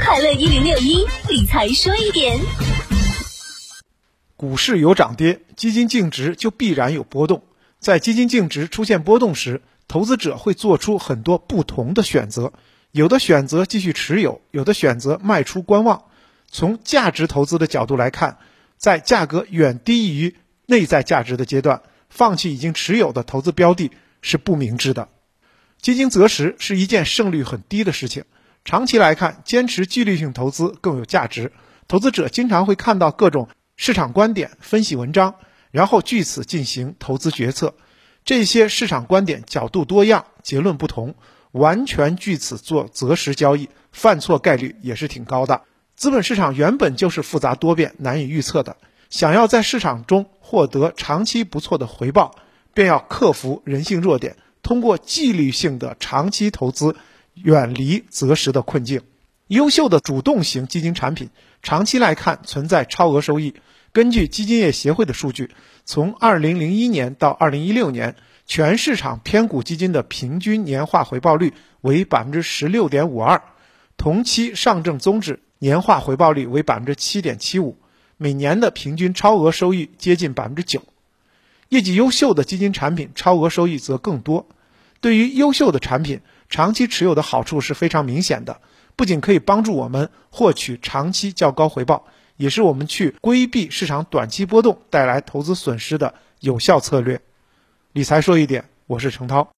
快乐1061理财说一点。 股市有涨跌，基金净值就必然有波动。在基金净值出现波动时，投资者会做出很多不同的选择，有的选择继续持有，有的选择卖出观望。从价值投资的角度来看，在价格远低于内在价值的阶段，放弃已经持有的投资标的是不明智的。基金择时是一件胜率很低的事情，长期来看，坚持纪律性投资更有价值。投资者经常会看到各种市场观点、分析文章，然后据此进行投资决策。这些市场观点角度多样，结论不同，完全据此做择时交易，犯错概率也是挺高的。资本市场原本就是复杂多变、难以预测的，想要在市场中获得长期不错的回报，便要克服人性弱点，通过纪律性的长期投资，远离择时的困境。优秀的主动型基金产品长期来看存在超额收益。根据基金业协会的数据，从2001年到2016年，全市场偏股基金的平均年化回报率为 16.52%， 同期上证综指年化回报率为 7.75%， 每年的平均超额收益接近 9%。 业绩优秀的基金产品超额收益则更多。对于优秀的产品，长期持有的好处是非常明显的，不仅可以帮助我们获取长期较高回报，也是我们去规避市场短期波动带来投资损失的有效策略。理财说一点，我是程涛。